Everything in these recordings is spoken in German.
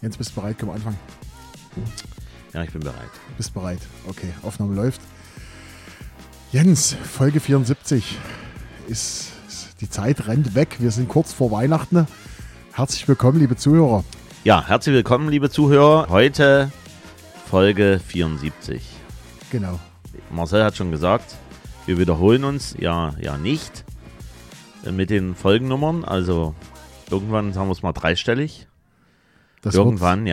Jens, bist du bereit? Können wir anfangen? Ja, ich bin bereit. Bist bereit? Okay, Aufnahme läuft. Jens, Folge 74 die Zeit rennt weg. Wir sind kurz vor Weihnachten. Herzlich willkommen, liebe Zuhörer. Ja, herzlich willkommen, liebe Zuhörer. Heute Folge 74. Genau. Marcel hat schon gesagt, wir wiederholen uns ja nicht mit den Folgennummern. Also irgendwann sagen wir es mal dreistellig. Irgendwann.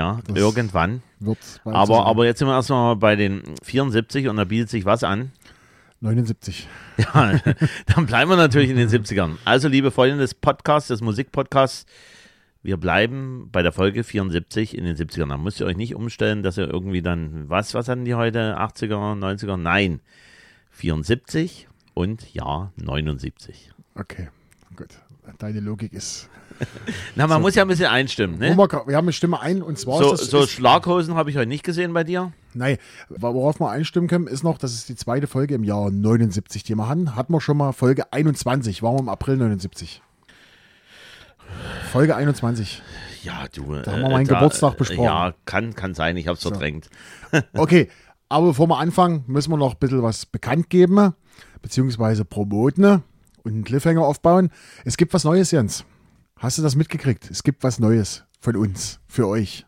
Aber jetzt sind wir erstmal bei den 74 und da bietet sich was an? 79. Ja, dann bleiben wir natürlich in den 70ern. Also, liebe Freunde des Podcasts, des Musikpodcasts, wir bleiben bei der Folge 74 in den 70ern. Da müsst ihr euch nicht umstellen, dass ihr irgendwie dann, was hatten die heute? 80er, 90er? Nein, 74 und Jahr 79. Okay, gut. Deine Logik ist... Na, man muss ja ein bisschen einstimmen, ne? Wir haben eine Stimme ein und zwar so Schlaghosen habe ich heute nicht gesehen bei dir. Nein, worauf wir einstimmen können, ist noch, das ist die zweite Folge im Jahr 79, die wir hatten. Hatten wir schon mal Folge 21, waren wir im April 79. Folge 21. Ja, du. Da haben wir meinen Geburtstag besprochen. Ja, kann sein, ich habe es verdrängt. Okay, aber bevor wir anfangen, müssen wir noch ein bisschen was bekannt geben, beziehungsweise promoten und einen Cliffhanger aufbauen. Es gibt was Neues, Jens. Hast du das mitgekriegt? Es gibt was Neues von uns, für euch.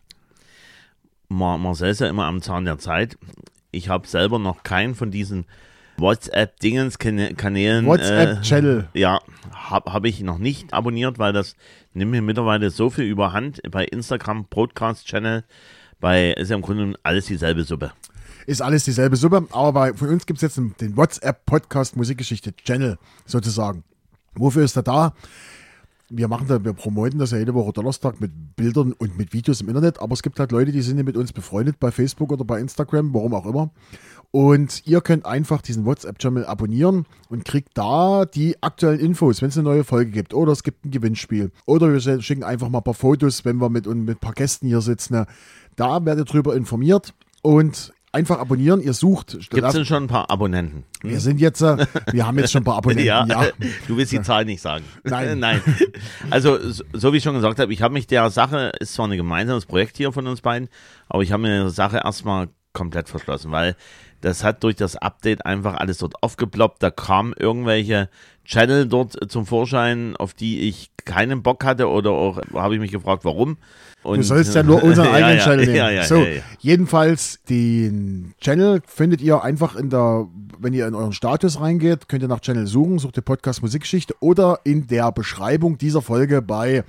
Marcel ist ja immer am Zahn der Zeit. Ich habe selber noch keinen von diesen WhatsApp-Dingens-Kanälen. WhatsApp-Channel. Ja, hab ich noch nicht abonniert, weil das nimmt mir mittlerweile so viel überhand. Bei Instagram, Broadcast-Channel, ist ja im Grunde alles dieselbe Suppe. Ist alles dieselbe Suppe, aber von uns gibt es jetzt den WhatsApp-Podcast Musikgeschichte-Channel sozusagen. Wofür ist er da? Wir promoten das ja jede Woche Donnerstag mit Bildern und mit Videos im Internet, aber es gibt halt Leute, die sind mit uns befreundet bei Facebook oder bei Instagram, warum auch immer. Und ihr könnt einfach diesen WhatsApp-Channel abonnieren und kriegt da die aktuellen Infos, wenn es eine neue Folge gibt oder es gibt ein Gewinnspiel oder wir schicken einfach mal ein paar Fotos, wenn wir mit ein paar Gästen hier sitzen. Da werdet ihr drüber informiert und einfach abonnieren, ihr sucht. Gibt es denn schon ein paar Abonnenten? Wir haben jetzt schon ein paar Abonnenten. Ja. Du willst die Zahl nicht sagen. Nein. Also, so wie ich schon gesagt habe, ich habe mich der Sache, ist zwar ein gemeinsames Projekt hier von uns beiden, aber ich habe mir der Sache erstmal komplett verschlossen, weil das hat durch das Update einfach alles dort aufgeploppt. Da kamen irgendwelche Channel dort zum Vorschein, auf die ich keinen Bock hatte oder auch habe ich mich gefragt, warum. Und du sollst ja nur unseren eigenen Channel nehmen. Ja. Jedenfalls, den Channel findet ihr einfach wenn ihr in euren Status reingeht, könnt ihr nach Channel suchen, sucht ihr Podcast Musikgeschichte oder in der Beschreibung dieser Folge bei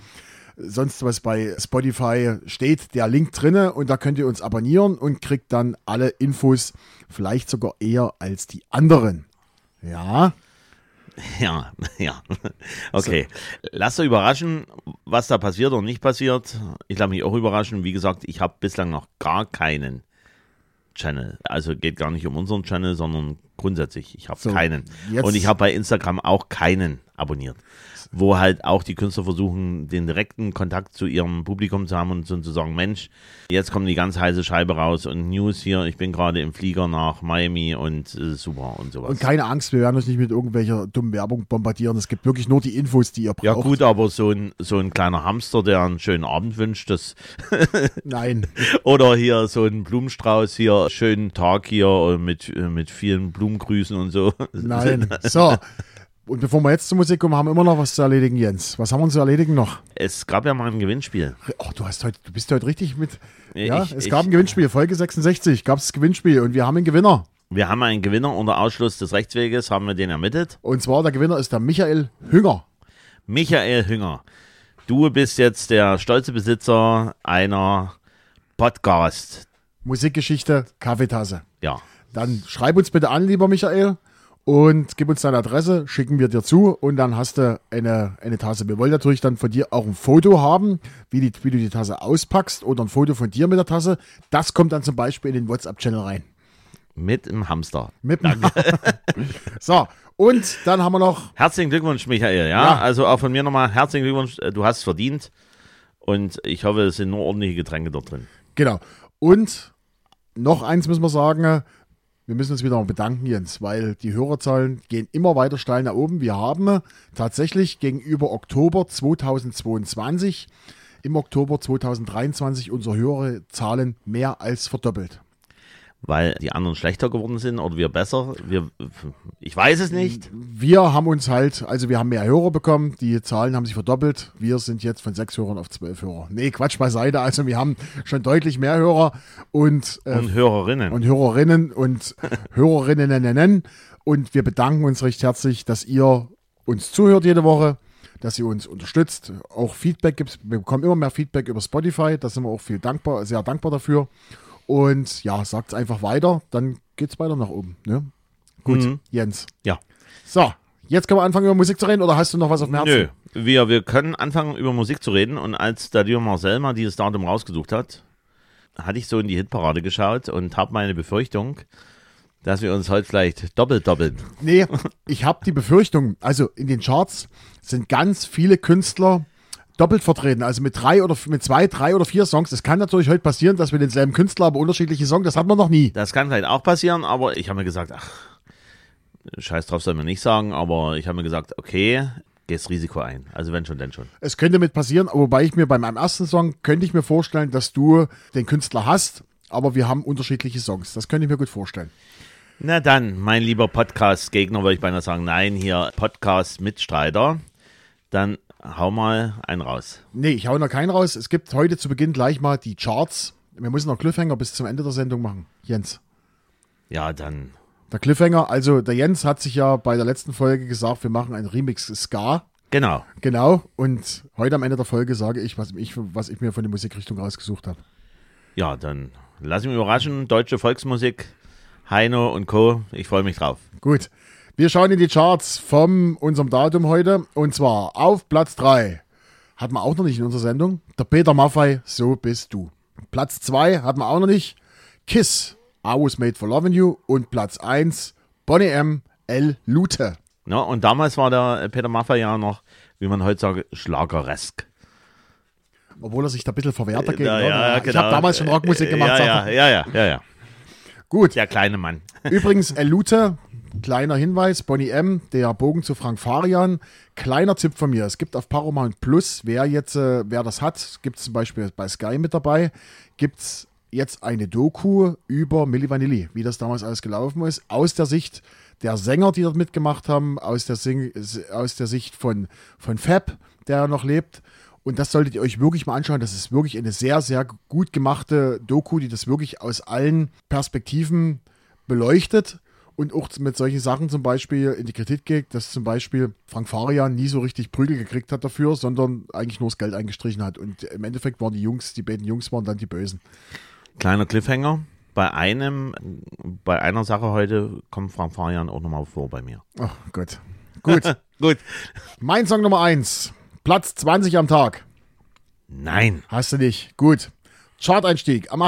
Spotify steht der Link drinne und da könnt ihr uns abonnieren und kriegt dann alle Infos, vielleicht sogar eher als die anderen. Ja. Ja. Okay. So. Lasst euch überraschen, was da passiert oder nicht passiert. Ich lasse mich auch überraschen. Wie gesagt, ich habe bislang noch gar keinen Channel. Also geht gar nicht um unseren Channel, sondern grundsätzlich. Ich habe keinen. Und ich habe bei Instagram auch keinen abonniert. Wo halt auch die Künstler versuchen, den direkten Kontakt zu ihrem Publikum zu haben und zu sagen, Mensch, jetzt kommt die ganz heiße Scheibe raus und News hier, ich bin gerade im Flieger nach Miami und super und sowas. Und keine Angst, wir werden euch nicht mit irgendwelcher dummen Werbung bombardieren. Es gibt wirklich nur die Infos, die ihr braucht. Ja gut, aber so ein kleiner Hamster, der einen schönen Abend wünscht, das... Nein. Oder hier so ein Blumenstrauß, hier schönen Tag hier mit vielen Blumengrüßen und so. Nein, so... Und bevor wir jetzt zur Musik kommen, haben wir immer noch was zu erledigen, Jens. Was haben wir zu erledigen noch? Es gab ja mal ein Gewinnspiel. Ach, du bist heute richtig mit... Ja, es gab ein Gewinnspiel, Folge 66 gab es das Gewinnspiel und wir haben einen Gewinner. Wir haben einen Gewinner unter Ausschluss des Rechtsweges, haben wir den ermittelt. Und zwar der Gewinner ist der Michael Hünger. Michael Hünger, du bist jetzt der stolze Besitzer einer Podcast. Musikgeschichte, Kaffeetasse. Ja. Dann schreib uns bitte an, lieber Michael. Und gib uns deine Adresse, schicken wir dir zu und dann hast du eine Tasse. Wir wollen natürlich dann von dir auch ein Foto haben, wie du die Tasse auspackst oder ein Foto von dir mit der Tasse. Das kommt dann zum Beispiel in den WhatsApp-Channel rein. Mit dem Hamster. So, und dann haben wir noch... Herzlichen Glückwunsch, Michael. Ja, also auch von mir nochmal herzlichen Glückwunsch. Du hast es verdient und ich hoffe, es sind nur ordentliche Getränke dort drin. Genau. Und noch eins müssen wir sagen... Wir müssen uns wieder mal bedanken, Jens, weil die Hörerzahlen gehen immer weiter steil nach oben. Wir haben tatsächlich gegenüber Oktober 2022 im Oktober 2023 unsere Hörerzahlen mehr als verdoppelt. Weil die anderen schlechter geworden sind oder wir besser? Ich weiß es nicht. Wir haben uns halt, also wir haben mehr Hörer bekommen, die Zahlen haben sich verdoppelt. Wir sind jetzt von 6 Hörern auf 12 Hörer. Nee, Quatsch beiseite, also wir haben schon deutlich mehr Hörer und Hörerinnen. Und Hörerinnen und Hörerinnen. Und wir bedanken uns recht herzlich, dass ihr uns zuhört jede Woche, dass ihr uns unterstützt, auch Feedback gibt. Wir bekommen immer mehr Feedback über Spotify, da sind wir auch sehr dankbar dafür. Und ja, sagt es einfach weiter, dann geht es weiter nach oben. Ne? Gut, Jens. Ja. So, jetzt können wir anfangen, über Musik zu reden, oder hast du noch was auf dem Herzen? Nö, wir können anfangen, über Musik zu reden. Und als der liebe Marcel mal dieses Datum rausgesucht hat, hatte ich so in die Hitparade geschaut und habe meine Befürchtung, dass wir uns heute vielleicht doppeln. Nee, ich habe die Befürchtung, also in den Charts sind ganz viele Künstler doppelt vertreten, also mit 2, 3 oder 4 Songs. Es kann natürlich heute passieren, dass wir denselben Künstler, aber unterschiedliche Songs, das hatten wir noch nie. Das kann vielleicht auch passieren, aber ich habe mir gesagt, scheiß drauf soll man nicht sagen, aber ich habe mir gesagt, okay, gehst Risiko ein. Also wenn schon, denn schon. Es könnte mit passieren, wobei ich mir bei meinem ersten Song, könnte ich mir vorstellen, dass du den Künstler hast, aber wir haben unterschiedliche Songs. Das könnte ich mir gut vorstellen. Na dann, mein lieber Podcast-Gegner, würde ich beinahe sagen, nein, hier Podcast-Mitstreiter, dann hau mal einen raus. Nee, ich hau noch keinen raus. Es gibt heute zu Beginn gleich mal die Charts. Wir müssen noch Cliffhanger bis zum Ende der Sendung machen. Jens. Ja, dann. Der Cliffhanger, also der Jens hat sich ja bei der letzten Folge gesagt, wir machen einen Remix Ska. Genau. Und heute am Ende der Folge sage ich, was ich mir von der Musikrichtung rausgesucht habe. Ja, dann lass mich überraschen. Deutsche Volksmusik, Heino und Co. Ich freue mich drauf. Gut. Wir schauen in die Charts von unserem Datum heute. Und zwar auf Platz 3. Hatten wir auch noch nicht in unserer Sendung. Der Peter Maffay, So bist du. Platz 2 hatten wir auch noch nicht. Kiss, I Was Made for Loving You. Und Platz 1, Boney M, El Lute. Ja, und damals war der Peter Maffay ja noch, wie man heute sagt, schlageresk. Obwohl er sich da ein bisschen verwehrt dagegen. Ja, ich habe damals schon Rockmusik gemacht. Ja. Gut. Der kleine Mann. Übrigens, El Lute, kleiner Hinweis, Boney M, der Bogen zu Frank Farian. Kleiner Tipp von mir, es gibt auf Paramount Plus, wer das hat, gibt es zum Beispiel bei Sky mit dabei, gibt es jetzt eine Doku über Milli Vanilli, wie das damals alles gelaufen ist, aus der Sicht der Sänger, die dort mitgemacht haben, aus der Sicht von Fab, der noch lebt. Und das solltet ihr euch wirklich mal anschauen. Das ist wirklich eine sehr, sehr gut gemachte Doku, die das wirklich aus allen Perspektiven beleuchtet und auch mit solchen Sachen zum Beispiel in die Kritik geht, dass zum Beispiel Frank Farian nie so richtig Prügel gekriegt hat dafür, sondern eigentlich nur das Geld eingestrichen hat. Und im Endeffekt waren die beiden Jungs waren dann die Bösen. Kleiner Cliffhanger. Bei einer Sache heute kommt Frank Farian auch nochmal vor bei mir. Ach Gott. Gut. Gut. Mein Song Nummer 1. Platz 20 am Tag. Nein. Hast du nicht. Gut. Chart-Einstieg am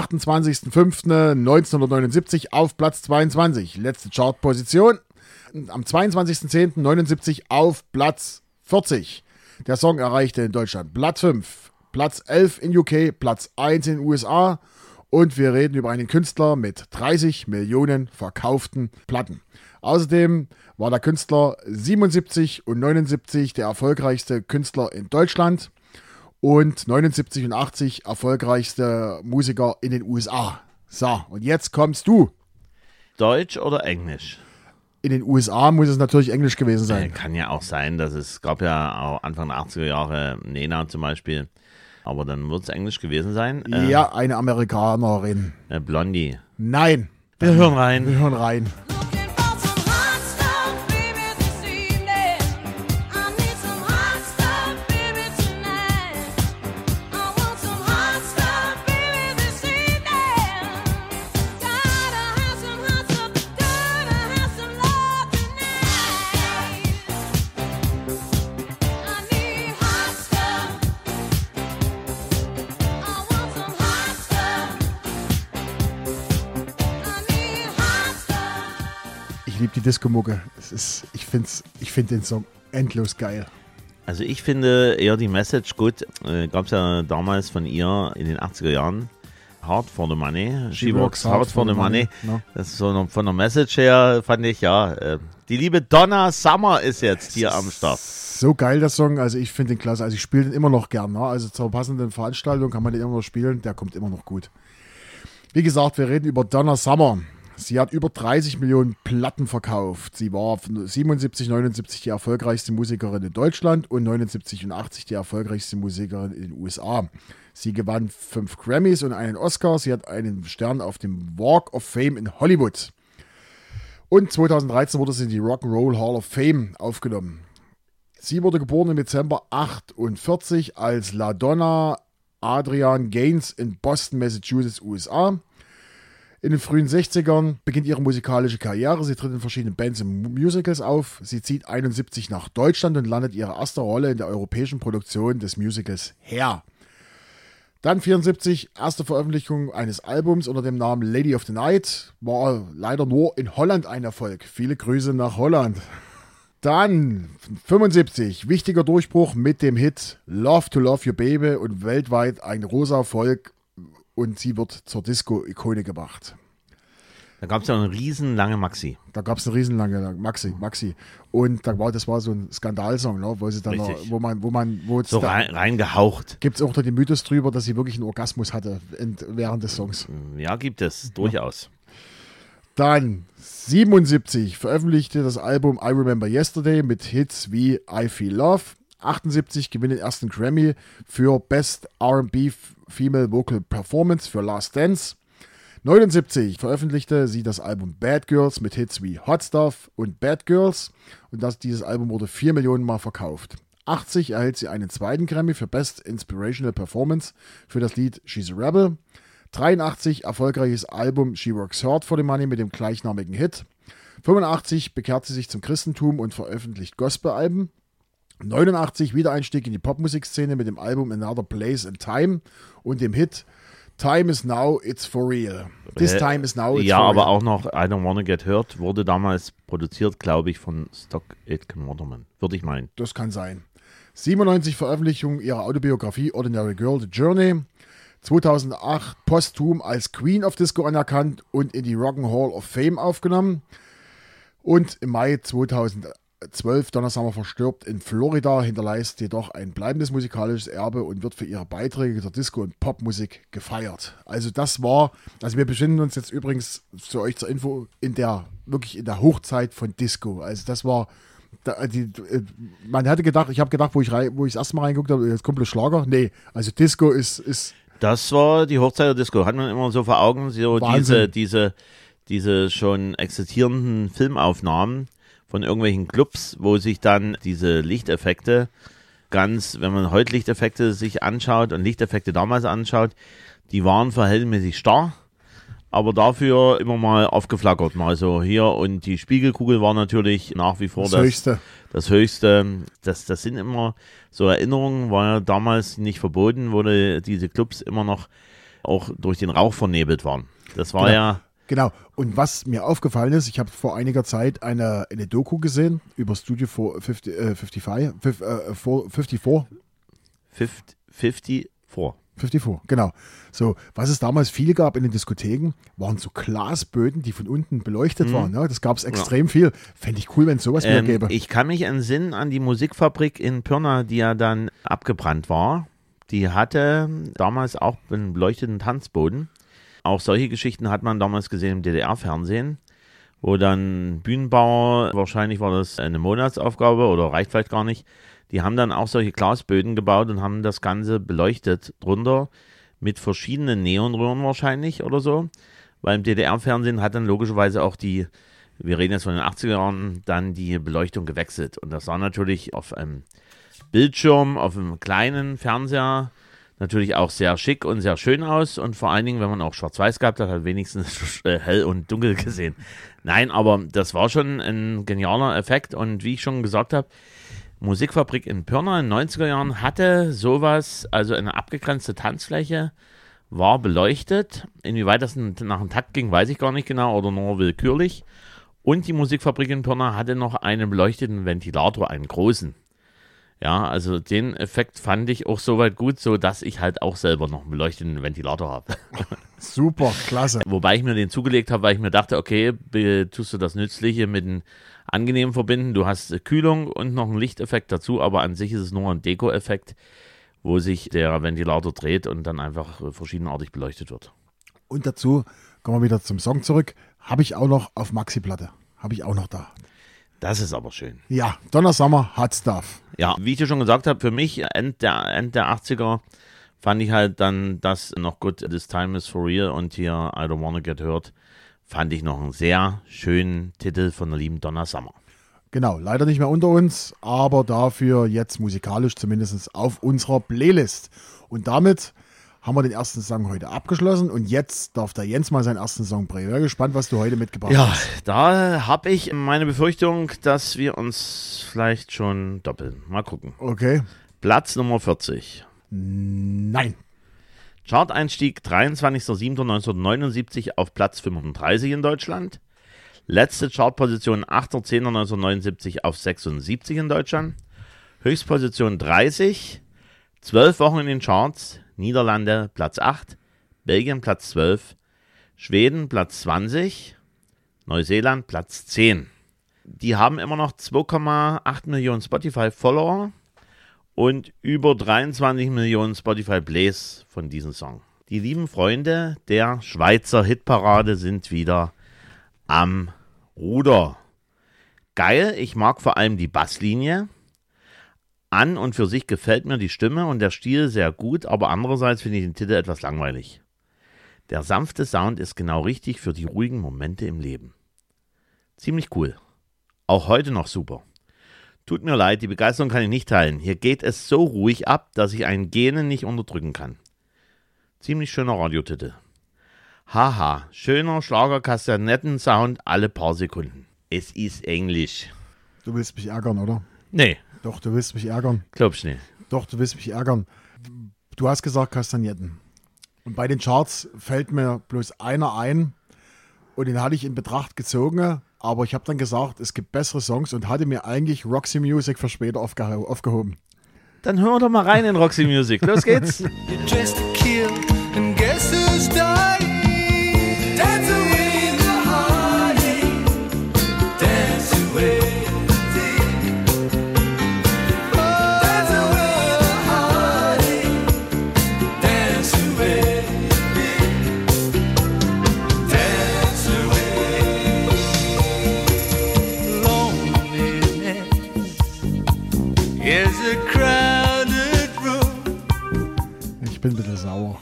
28.05.1979 auf Platz 22. Letzte Chartposition am 22.10.79 auf Platz 40. Der Song erreichte in Deutschland Platz 5, Platz 11 in UK, Platz 1 in den USA und wir reden über einen Künstler mit 30 Millionen verkauften Platten. Außerdem war der Künstler 77 und 79 der erfolgreichste Künstler in Deutschland und 79 und 80 erfolgreichste Musiker in den USA. So, und jetzt kommst du. Deutsch oder Englisch? In den USA muss es natürlich Englisch gewesen sein. Kann ja auch sein, dass es gab ja auch Anfang der 80er Jahre Nena zum Beispiel, aber dann wird es Englisch gewesen sein. Ja, eine Amerikanerin. Blondie. Nein. Wir hören rein. Wir hören rein. Ich liebe die Disco-Mucke. Ich finde den Song endlos geil. Also ich finde eher die Message gut. Gab es ja damals von ihr in den 80er Jahren. Hard for the Money. She works hard for the money. No. Das ist so von der Message her, fand ich, ja. Die liebe Donna Summer ist jetzt hier am Start. ist so geil, der Song. Also ich finde den klasse. Also ich spiele den immer noch gern. Ne? Also zur passenden Veranstaltung kann man den immer noch spielen. Der kommt immer noch gut. Wie gesagt, wir reden über Donna Summer. Sie hat über 30 Millionen Platten verkauft. Sie war 77, 79 die erfolgreichste Musikerin in Deutschland und 79 und 80 die erfolgreichste Musikerin in den USA. Sie gewann 5 Grammys und einen Oscar. Sie hat einen Stern auf dem Walk of Fame in Hollywood. Und 2013 wurde sie in die Rock'n'Roll Hall of Fame aufgenommen. Sie wurde geboren im Dezember 48 als LaDonna Adrienne Gaines in Boston, Massachusetts, USA. In den frühen 60ern beginnt ihre musikalische Karriere. Sie tritt in verschiedenen Bands und Musicals auf. Sie zieht 71 nach Deutschland und landet ihre erste Rolle in der europäischen Produktion des Musicals Hair. Dann 74, erste Veröffentlichung eines Albums unter dem Namen Lady of the Night. War leider nur in Holland ein Erfolg. Viele Grüße nach Holland. Dann 75, wichtiger Durchbruch mit dem Hit Love to Love Your Baby und weltweit ein großer Erfolg. Und sie wird zur Disco-Ikone gebracht. Da gab es ja eine riesenlange Maxi. Da gab es eine riesenlange Maxi. Und das war so ein Skandalsong, ne, wo sie dann noch, wo so reingehaucht. Gibt es auch da den Mythos drüber, dass sie wirklich einen Orgasmus hatte während des Songs. Ja, gibt es, durchaus. Dann 77 veröffentlichte das Album I Remember Yesterday mit Hits wie I Feel Love. 78 gewinnt den ersten Grammy für Best R&B Female Vocal Performance für Last Dance. 79 veröffentlichte sie das Album Bad Girls mit Hits wie Hot Stuff und Bad Girls. Und dieses Album wurde 4 Millionen Mal verkauft. 80 erhält sie einen zweiten Grammy für Best Inspirational Performance für das Lied She's a Rebel. 83 erfolgreiches Album She Works Hard for the Money mit dem gleichnamigen Hit. 85 bekehrt sie sich zum Christentum und veröffentlicht Gospel-Alben. 89 Wiedereinstieg in die Popmusikszene mit dem Album Another Place and Time und dem Hit Time is Now, It's for Real. This Time is Now, It's ja, for Real. Ja, aber auch noch I Don't Wanna Get Hurt wurde damals produziert, glaube ich, von Stock Aitken Waterman. Würde ich meinen. Das kann sein. 97 Veröffentlichung ihrer Autobiografie Ordinary Girl, The Journey. 2008 posthum als Queen of Disco anerkannt und in die Rock'n'Roll Hall of Fame aufgenommen. Und im Mai 2012 Donna Summer verstirbt in Florida, hinterlässt jedoch ein bleibendes musikalisches Erbe und wird für ihre Beiträge zur Disco- und Popmusik gefeiert. Also wir befinden uns jetzt übrigens für euch zur Info wirklich in der Hochzeit von Disco. Also das war, man hatte gedacht, ich habe gedacht, wo ich das erste Mal reingeguckt habe, jetzt kommt bloß Schlager. Nee, also Disco ist das war die Hochzeit der Disco, hat man immer so vor Augen, so diese schon existierenden Filmaufnahmen von irgendwelchen Clubs, wo sich dann diese Lichteffekte wenn man heute Lichteffekte sich anschaut und Lichteffekte damals anschaut, die waren verhältnismäßig starr, aber dafür immer mal aufgeflackert, mal so hier, und die Spiegelkugel war natürlich nach wie vor das Höchste. Das sind immer so Erinnerungen, war ja damals nicht verboten, wo diese Clubs immer noch auch durch den Rauch vernebelt waren. Das war Genau. Und was mir aufgefallen ist, ich habe vor einiger Zeit eine Doku gesehen über Studio 54, genau. So, was es damals viel gab in den Diskotheken, waren so Glasböden, die von unten beleuchtet waren. Ne? Das gab es extrem viel. Fände ich cool, wenn es sowas wieder gäbe. Ich kann mich entsinnen an die Musikfabrik in Pirna, die ja dann abgebrannt war. Die hatte damals auch einen beleuchteten Tanzboden. Auch solche Geschichten hat man damals gesehen im DDR-Fernsehen, wo dann Bühnenbauer, wahrscheinlich war das eine Monatsaufgabe oder reicht vielleicht gar nicht, die haben dann auch solche Glasböden gebaut und haben das Ganze beleuchtet drunter mit verschiedenen Neonröhren wahrscheinlich oder so, weil im DDR-Fernsehen hat dann logischerweise auch wir reden jetzt von den 80er Jahren, dann die Beleuchtung gewechselt. Und das war natürlich auf einem Bildschirm, auf einem kleinen Fernseher, natürlich auch sehr schick und sehr schön aus, und vor allen Dingen, wenn man auch schwarz-weiß gehabt hat, hat wenigstens hell und dunkel gesehen. Nein, aber das war schon ein genialer Effekt, und wie ich schon gesagt habe, Musikfabrik in Pirna in den 90er Jahren hatte sowas, also eine abgegrenzte Tanzfläche, war beleuchtet. Inwieweit das nach dem Takt ging, weiß ich gar nicht genau, oder nur willkürlich. Und die Musikfabrik in Pirna hatte noch einen beleuchteten Ventilator, einen großen. Ja, also den Effekt fand ich auch soweit gut, so dass ich halt auch selber noch einen beleuchteten Ventilator habe. Super, klasse. Wobei ich mir den zugelegt habe, weil ich mir dachte, okay, tust du das Nützliche mit einem angenehmen verbinden. Du hast Kühlung und noch einen Lichteffekt dazu, aber an sich ist es nur ein Deko-Effekt, wo sich der Ventilator dreht und dann einfach verschiedenartig beleuchtet wird. Und dazu kommen wir wieder zum Song zurück. Habe ich auch noch auf Maxi-Platte. Habe ich auch noch da. Das ist aber schön. Ja, Donna Summer, Hot Stuff. Ja, wie ich dir schon gesagt habe, für mich End der 80er fand ich halt dann das noch gut, This Time is for Real und hier I Don't Wanna Get Hurt, fand ich noch einen sehr schönen Titel von der lieben Donna Summer. Genau, leider nicht mehr unter uns, aber dafür jetzt musikalisch zumindest auf unserer Playlist. Und damit haben wir den ersten Song heute abgeschlossen und jetzt darf der Jens mal seinen ersten Song bringen. Ich bin gespannt, was du heute mitgebracht hast. Ja, da habe ich meine Befürchtung, dass wir uns vielleicht schon doppeln. Mal gucken. Okay. Platz Nummer 40. Nein. Chart-Einstieg 23.07.1979 auf Platz 35 in Deutschland. Letzte Chartposition 8.10.1979 auf 76 in Deutschland. Höchstposition 30. 12 Wochen in den Charts. Niederlande Platz 8. Belgien Platz 12. Schweden Platz 20. Neuseeland Platz 10. Die haben immer noch 2,8 Millionen Spotify-Follower und über 23 Millionen Spotify-Plays von diesem Song. Die lieben Freunde der Schweizer Hitparade sind wieder am Ruder. Geil, ich mag vor allem die Basslinie. An und für sich gefällt mir die Stimme und der Stil sehr gut, aber andererseits finde ich den Titel etwas langweilig. Der sanfte Sound ist genau richtig für die ruhigen Momente im Leben. Ziemlich cool. Auch heute noch super. Tut mir leid, die Begeisterung kann ich nicht teilen. Hier geht es so ruhig ab, dass ich ein Gähnen nicht unterdrücken kann. Ziemlich schöner Radiotitel. Haha, schöner Schlager-Kastagnetten-Sound alle paar Sekunden. Es ist Englisch. Du willst mich ärgern, oder? Nee. Doch, du willst mich ärgern. Glaubst du nicht? Doch, du willst mich ärgern. Du hast gesagt Kastagnetten. Und bei den Charts fällt mir bloß einer ein und den hatte ich in Betracht gezogen, aber ich habe dann gesagt, es gibt bessere Songs und hatte mir eigentlich Roxy Music für später aufgehoben. Dann hören wir doch mal rein in Roxy Music. Los geht's. You're just a kill and guess who's dying? Dance away the heartache. Dance away. Dance away the heartache. Dance away. Dance away. Loneliness is a crowded room. Ich bin ein bisschen sauer.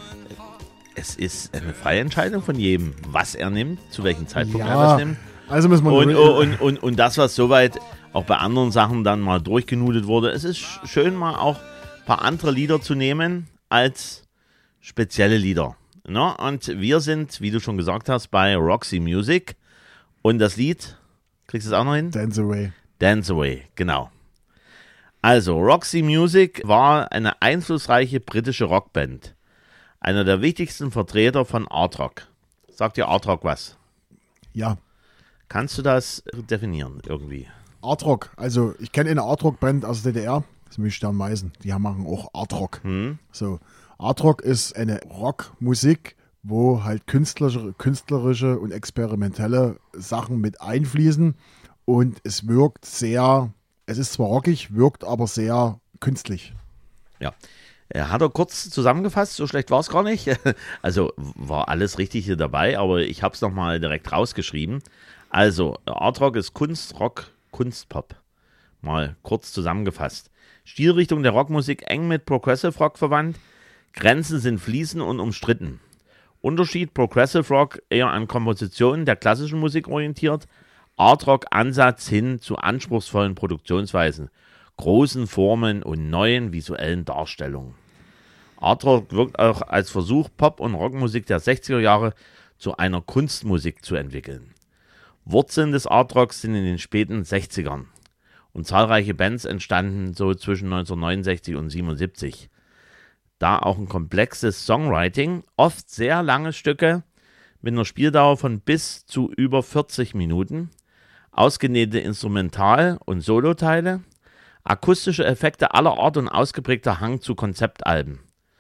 Es ist eine freie Entscheidung von jedem, was er nimmt, zu welchem Zeitpunkt er Ja, das nimmt. also müssen wir Und das, was soweit auch bei anderen Sachen dann mal durchgenudelt wurde, es ist schön, mal auch ein paar andere Lieder zu nehmen als spezielle Lieder. Ne? Und wir sind, wie du schon gesagt hast, bei Roxy Music. Und das Lied, kriegst du es auch noch hin? Dance Away. Dance Away, genau. Also, Roxy Music war eine einflussreiche britische Rockband. Einer der wichtigsten Vertreter von Art Rock. Sagt dir Art Rock was? Ja, Kannst du das definieren irgendwie? Art Rock. Also ich kenne eine Art Rock Band aus der DDR. Das ist nämlich Sternmeisen. Die machen auch Art Rock. So, Art Rock ist eine Rockmusik, wo halt künstlerische und experimentelle Sachen mit einfließen. Und es wirkt sehr, es ist zwar rockig, wirkt aber sehr künstlich. Ja. Hat er kurz zusammengefasst, so schlecht war es gar nicht. Also war alles richtig hier dabei, aber ich habe es nochmal direkt rausgeschrieben. Also, Art Rock ist Kunstrock, Kunstpop. Mal kurz zusammengefasst. Stilrichtung der Rockmusik eng mit Progressive Rock verwandt. Grenzen sind fließend und umstritten. Unterschied: Progressive Rock eher an Kompositionen der klassischen Musik orientiert. Art Rock Ansatz hin zu anspruchsvollen Produktionsweisen, großen Formen und neuen visuellen Darstellungen. Art Rock wirkt auch als Versuch, Pop- und Rockmusik der 60er Jahre zu einer Kunstmusik zu entwickeln. Wurzeln des Art Rocks sind in den späten 60ern und zahlreiche Bands entstanden so zwischen 1969 und 1977. Da auch ein komplexes Songwriting, oft sehr lange Stücke mit einer Spieldauer von bis zu über 40 Minuten, ausgenähte Instrumental- und Soloteile, akustische Effekte aller Art und ausgeprägter Hang zu Konzeptalben.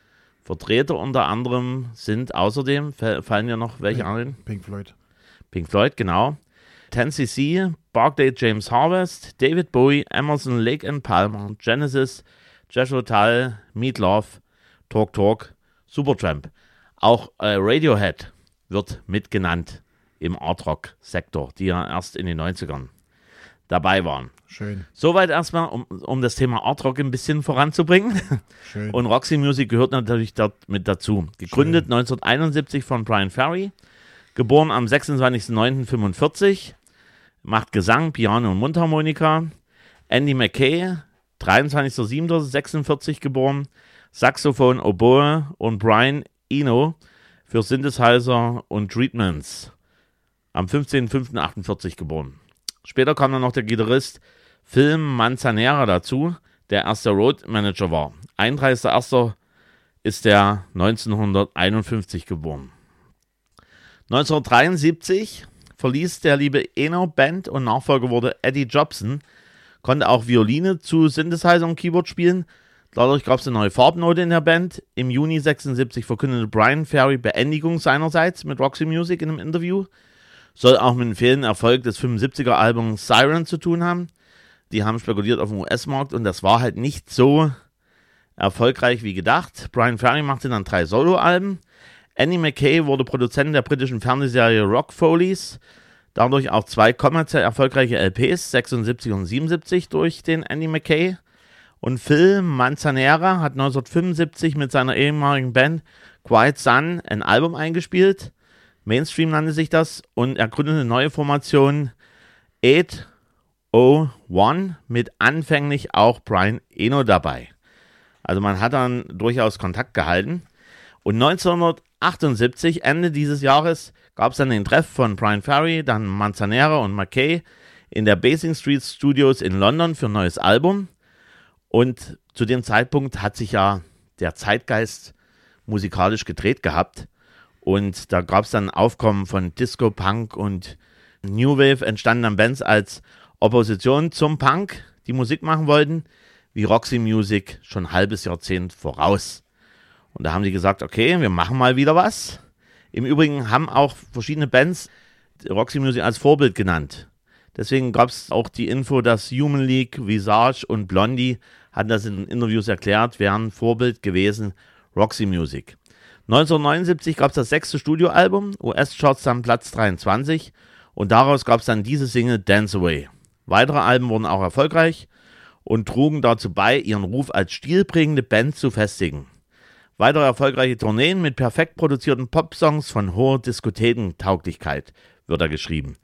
Vertreter unter anderem sind außerdem, fallen ja noch welche ein? Pink Floyd. Pink Floyd, genau. 10cc, Barclay James Harvest, David Bowie, Emerson, Lake and Palmer, Genesis, Jethro Tull, Meat Loaf, Talk, Supertramp. Auch Radiohead wird mitgenannt im Art-Rock-Sektor, die ja erst in den 90ern dabei waren. Schön. Soweit erstmal, um das Thema Art-Rock ein bisschen voranzubringen. Schön. Und Roxy Music gehört natürlich dort mit dazu. Gegründet 1971 von Brian Ferry, geboren am 26.09.45, macht Gesang, Piano und Mundharmonika. Andy McKay, 23.07.46 geboren, Saxophon, Oboe und Brian Eno für Synthesizer und Treatments, am 15.05.48 geboren. Später kam dann noch der Gitarrist Phil Manzanera dazu, der erste Road Manager war. 31.01. ist er 1951 geboren. 1973 verließ der liebe Eno Band und Nachfolger wurde Eddie Jobson, konnte auch Violine zu Synthesizer und Keyboard spielen. Dadurch gab es eine neue Farbnote in der Band. Im Juni 76 verkündete Brian Ferry Beendigung seinerseits mit Roxy Music in einem Interview. Soll auch mit dem fehlenden Erfolg des 75er-Albums Siren zu tun haben. Die haben spekuliert auf dem US-Markt und das war halt nicht so erfolgreich wie gedacht. Brian Ferry machte dann 3 Soloalben. Andy McKay wurde Produzent der britischen Fernsehserie Rock Follies. Dadurch auch 2 kommerziell erfolgreiche LPs, 76 und 77 durch den Andy McKay. Und Phil Manzanera hat 1975 mit seiner ehemaligen Band Quiet Sun ein Album eingespielt. Mainstream nannte sich das. Und er gründete eine neue Formation 801 mit anfänglich auch Brian Eno dabei. Also man hat dann durchaus Kontakt gehalten. Und 1978, Ende dieses Jahres, gab es dann den Treff von Brian Ferry, dann Manzanera und McKay in der Basing Street Studios in London für ein neues Album. Und zu dem Zeitpunkt hat sich ja der Zeitgeist musikalisch gedreht gehabt. Und da gab es dann Aufkommen von Disco, Punk und New Wave, entstanden dann Bands als Opposition zum Punk, die Musik machen wollten, wie Roxy Music schon ein halbes Jahrzehnt voraus. Und da haben sie gesagt, okay, wir machen mal wieder was. Im Übrigen haben auch verschiedene Bands Roxy Music als Vorbild genannt. Deswegen gab es auch die Info, dass Human League, Visage und Blondie hatten das in Interviews erklärt, wären Vorbild gewesen Roxy Music. 1979 gab es das 6. Studioalbum, US-Charts dann Platz 23 und daraus gab es dann diese Single Dance Away. Weitere Alben wurden auch erfolgreich und trugen dazu bei, ihren Ruf als stilprägende Band zu festigen. Weitere erfolgreiche Tourneen mit perfekt produzierten Popsongs von hoher Diskothekentauglichkeit wird da geschrieben.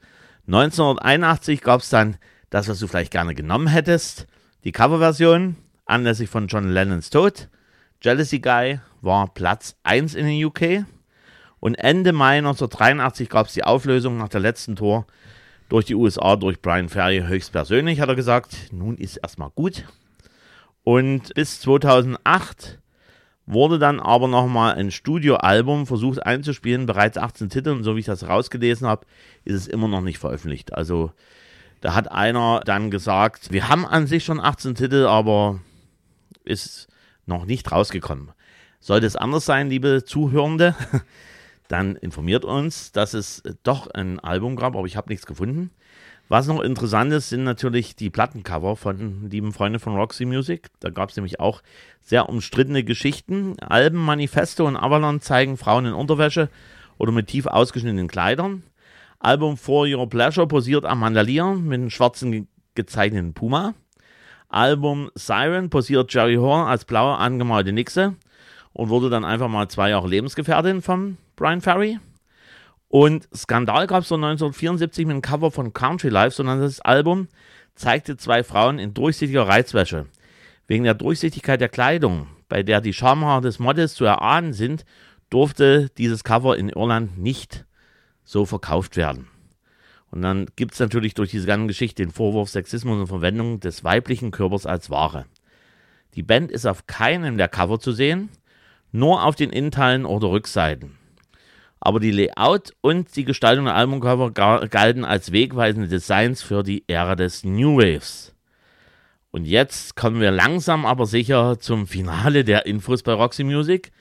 1981 gab es dann das, was du vielleicht gerne genommen hättest, die Coverversion anlässlich von John Lennons Tod. Jealousy Guy war Platz 1 in den UK. Und Ende Mai 1983 gab es die Auflösung nach der letzten Tour durch die USA, durch Brian Ferry höchstpersönlich, hat er gesagt. Nun ist erstmal gut. Und bis 2008 wurde dann aber nochmal ein Studioalbum versucht einzuspielen, bereits 18 Titel. Und so wie ich das rausgelesen habe, ist es immer noch nicht veröffentlicht. Also da hat einer dann gesagt, wir haben an sich schon 18 Titel, aber ist noch nicht rausgekommen. Sollte es anders sein, liebe Zuhörende, dann informiert uns, dass es doch ein Album gab, aber ich habe nichts gefunden. Was noch interessant ist, sind natürlich die Plattencover von lieben Freunden von Roxy Music. Da gab es nämlich auch sehr umstrittene Geschichten. Alben, Manifesto und Avalon zeigen Frauen in Unterwäsche oder mit tief ausgeschnittenen Kleidern. Album For Your Pleasure posiert Amanda Lear mit einem schwarzen gezeichneten Puma. Album Siren posiert Jerry Horn als blaue angemalte Nixe und wurde dann einfach mal 2 Jahre Lebensgefährtin von Brian Ferry. Und Skandal gab es so 1974 mit einem Cover von Country Life, sondern das Album zeigte 2 Frauen in durchsichtiger Reizwäsche. Wegen der Durchsichtigkeit der Kleidung, bei der die Schamhaare des Models zu erahnen sind, durfte dieses Cover in Irland nicht so verkauft werden. Und dann gibt es natürlich durch diese ganze Geschichte den Vorwurf Sexismus und Verwendung des weiblichen Körpers als Ware. Die Band ist auf keinem der Cover zu sehen, nur auf den Innenteilen oder Rückseiten. Aber die Layout und die Gestaltung der Albumcover galten als wegweisende Designs für die Ära des New Waves. Und jetzt kommen wir langsam aber sicher zum Finale der Infos bei Roxy Music.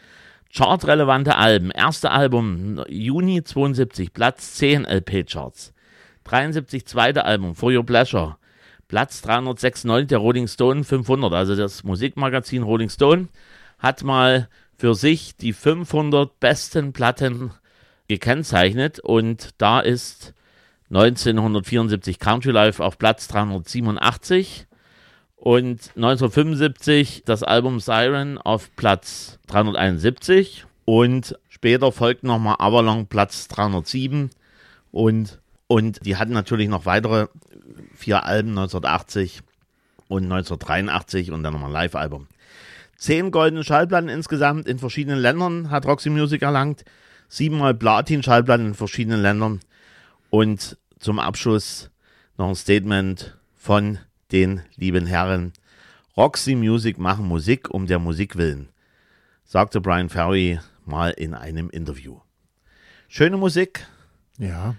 Chartrelevante Alben. Erste Album Juni 72, Platz 10 LP-Charts. 73, zweite Album For Your Pleasure. Platz 396 der Rolling Stone 500, also das Musikmagazin Rolling Stone, hat mal für sich die 500 besten Platten gekennzeichnet und da ist 1974 Country Life auf Platz 387 und 1975 das Album Siren auf Platz 371 und später folgt nochmal Avalon Platz 307 und die hatten natürlich noch weitere 4 Alben 1980 und 1983 und dann nochmal ein Live-Album. 10 goldene Schallplatten insgesamt in verschiedenen Ländern hat Roxy Music erlangt, 7-mal Platin-Schallplatten in verschiedenen Ländern und zum Abschluss noch ein Statement von den lieben Herren. Roxy Music machen Musik um der Musik willen, sagte Brian Ferry mal in einem Interview. Schöne Musik. Ja.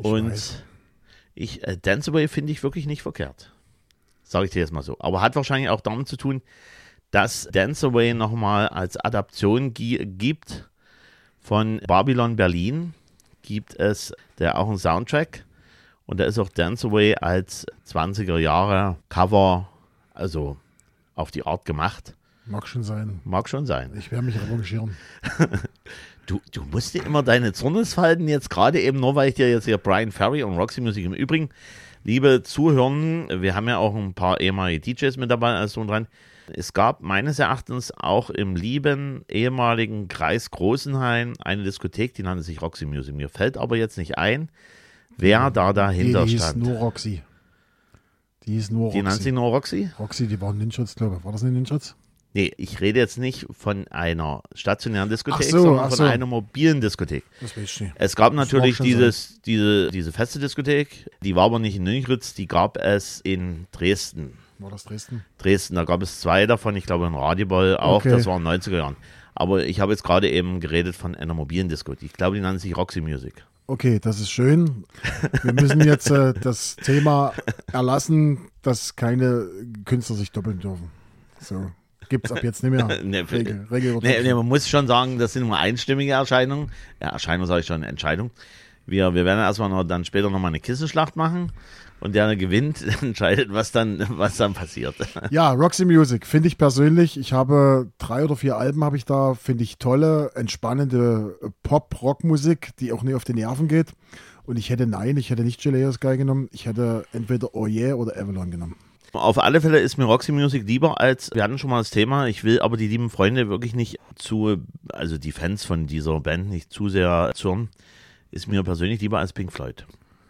Dance Away finde ich wirklich nicht verkehrt. Sage ich dir jetzt mal so. Aber hat wahrscheinlich auch damit zu tun, dass Dance Away nochmal als Adaption gibt von Babylon Berlin. Gibt es da auch einen Soundtrack. Und da ist auch Dance Away als 20er Jahre Cover, also auf die Art gemacht. Mag schon sein. Mag schon sein. Ich werde mich revanchieren. Du musst dir immer deine Zornesfalten jetzt gerade eben, nur weil ich dir jetzt hier Brian Ferry und Roxy Music im Übrigen, liebe Zuhörer, wir haben ja auch ein paar ehemalige DJs mit dabei, als so dran. Es gab meines Erachtens auch im lieben ehemaligen Kreis Großenhain eine Diskothek, die nannte sich Roxy Music. Mir fällt aber jetzt nicht ein, wer da dahinter die stand. Die hieß nur Roxy. Die nannte sich nur Roxy? Roxy, die waren Ninschutz, glaube ich. War das ein Ninschutz? Nee, ich rede jetzt nicht von einer stationären Diskothek, sondern von einer mobilen Diskothek. Das weiß ich nicht. Es gab natürlich diese feste Diskothek, die war aber nicht in Nünchritz, die gab es in Dresden. War das Dresden? Dresden, da gab es 2 davon, ich glaube in Radibol auch, Okay. Das war in den 90er Jahren. Aber ich habe jetzt gerade eben geredet von einer mobilen Diskothek. Ich glaube, die nannte sich Roxy Music. Okay, das ist schön. Wir müssen jetzt das Thema erlassen, dass keine Künstler sich doppeln dürfen. So. Gibt es ab jetzt nicht mehr. Nee, man muss schon sagen, das sind nur einstimmige Erscheinungen. Ja, Erscheinung sage ich schon, Entscheidung. Wir werden erstmal dann später nochmal eine Kissenschlacht machen und der gewinnt, entscheidet, was dann passiert. Ja, Roxy Music finde ich persönlich. Ich habe 3 oder 4 Alben habe ich da, finde ich tolle, entspannende Pop-Rock-Musik, die auch nicht auf die Nerven geht. Und ich hätte nicht Chilean Sky genommen. Ich hätte entweder Oh Yeah oder Avalon genommen. Auf alle Fälle ist mir Roxy Music lieber als, wir hatten schon mal das Thema, ich will aber die lieben Freunde wirklich nicht also die Fans von dieser Band nicht zu sehr zürnen, ist mir persönlich lieber als Pink Floyd.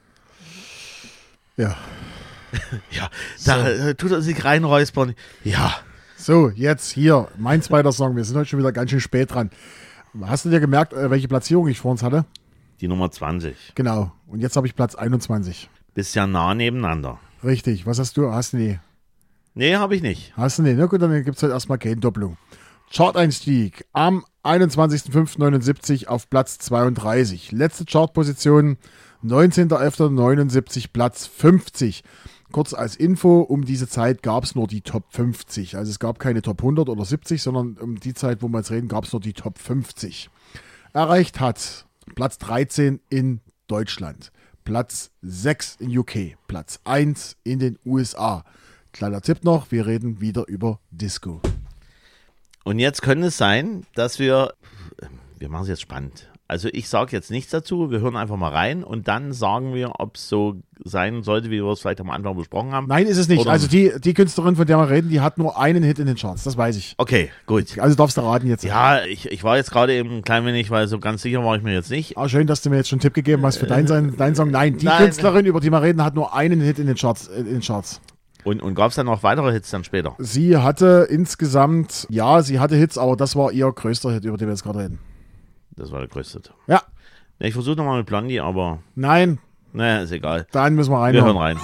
Ja. Ja, da tut er sich reinräuspern. Ja. So, jetzt hier, mein zweiter Song. Wir sind heute schon wieder ganz schön spät dran. Hast du dir gemerkt, welche Platzierung ich vor uns hatte? Die Nummer 20. Genau. Und jetzt habe ich Platz 21. Bist ja nah nebeneinander. Richtig. Was hast du? Hast du nie? Nee, habe ich nicht. Hast du nicht? Na gut, dann gibt es halt erstmal keine Doppelung. Chart-Einstieg am 21.05.79 auf Platz 32. Letzte Chartposition 19.11.79, Platz 50. Kurz als Info, um diese Zeit gab es nur die Top 50. Also es gab keine Top 100 oder 70, sondern um die Zeit, wo wir jetzt reden, gab es nur die Top 50. Erreicht hat Platz 13 in Deutschland, Platz 6 in UK, Platz 1 in den USA. Kleiner Tipp noch, wir reden wieder über Disco. Und jetzt könnte es sein, dass wir machen es jetzt spannend. Also ich sage jetzt nichts dazu, wir hören einfach mal rein und dann sagen wir, ob es so sein sollte, wie wir es vielleicht am Anfang besprochen haben. Nein, ist es nicht. Oder also die Künstlerin, von der wir reden, die hat nur einen Hit in den Charts, das weiß ich. Okay, gut. Also darfst du raten jetzt. Ja, ich war jetzt gerade eben ein klein wenig, weil so ganz sicher war ich mir jetzt nicht. Ah, schön, dass du mir jetzt schon einen Tipp gegeben hast für deinen Song. Nein, die Künstlerin, über die wir reden, hat nur einen Hit in den Charts. Und gab es dann noch weitere Hits dann später? Sie hatte insgesamt, sie hatte Hits, aber das war ihr größter Hit, über den wir jetzt gerade reden. Das war der größte. Ja. Ich versuche nochmal mit Blondie, aber... Nein. Naja, ist egal. Dann müssen wir rein. Wir hören rein.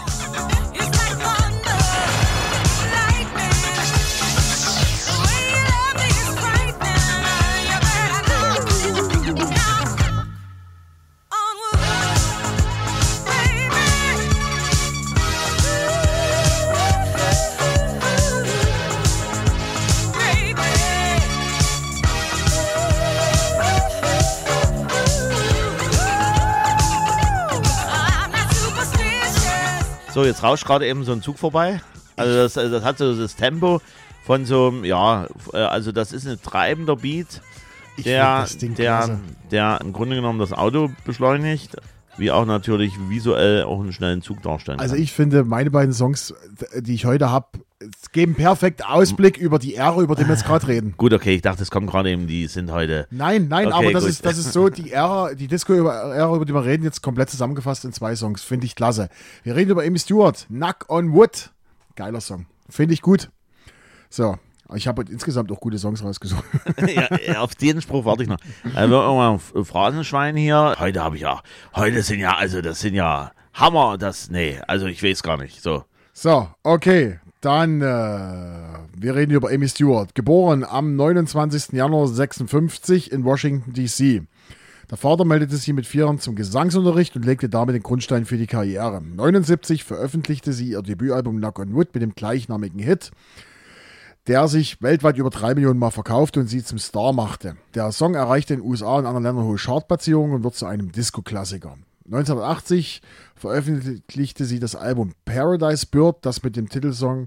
So, jetzt rauscht gerade eben so ein Zug vorbei. Also das hat so das Tempo von so einem, ja, also das ist ein treibender Beat, der im Grunde genommen das Auto beschleunigt, wie auch natürlich visuell auch einen schnellen Zug darstellen kann. Also ich finde, meine beiden Songs, die ich heute habe, geben perfekt Ausblick über die Ära, über die wir jetzt gerade reden. Gut, okay, ich dachte, es kommen gerade eben, die sind heute... Nein, Okay, aber das gut. ist so die Ära, die Disco-Ära, über die wir reden, jetzt komplett zusammengefasst in 2 Songs. Finde ich klasse. Wir reden über Amy Stewart, Knock on Wood. Geiler Song. Finde ich gut. So, ich habe insgesamt auch gute Songs rausgesucht. Ja, auf den Spruch warte ich noch. Irgendwann ein Phrasenschwein hier. Das sind ja Hammer, also ich weiß gar nicht. So, okay. Dann, wir reden über Amy Stewart. Geboren am 29. Januar 1956 in Washington, D.C. Der Vater meldete sie mit 4 Jahren zum Gesangsunterricht und legte damit den Grundstein für die Karriere. 1979 veröffentlichte sie ihr Debütalbum Knock on Wood mit dem gleichnamigen Hit, der sich weltweit über 3 Millionen Mal verkaufte und sie zum Star machte. Der Song erreichte in den USA und anderen Ländern hohe Chartplatzierungen und wird zu einem Disco-Klassiker. 1980 veröffentlichte sie das Album Paradise Bird, das mit dem Titelsong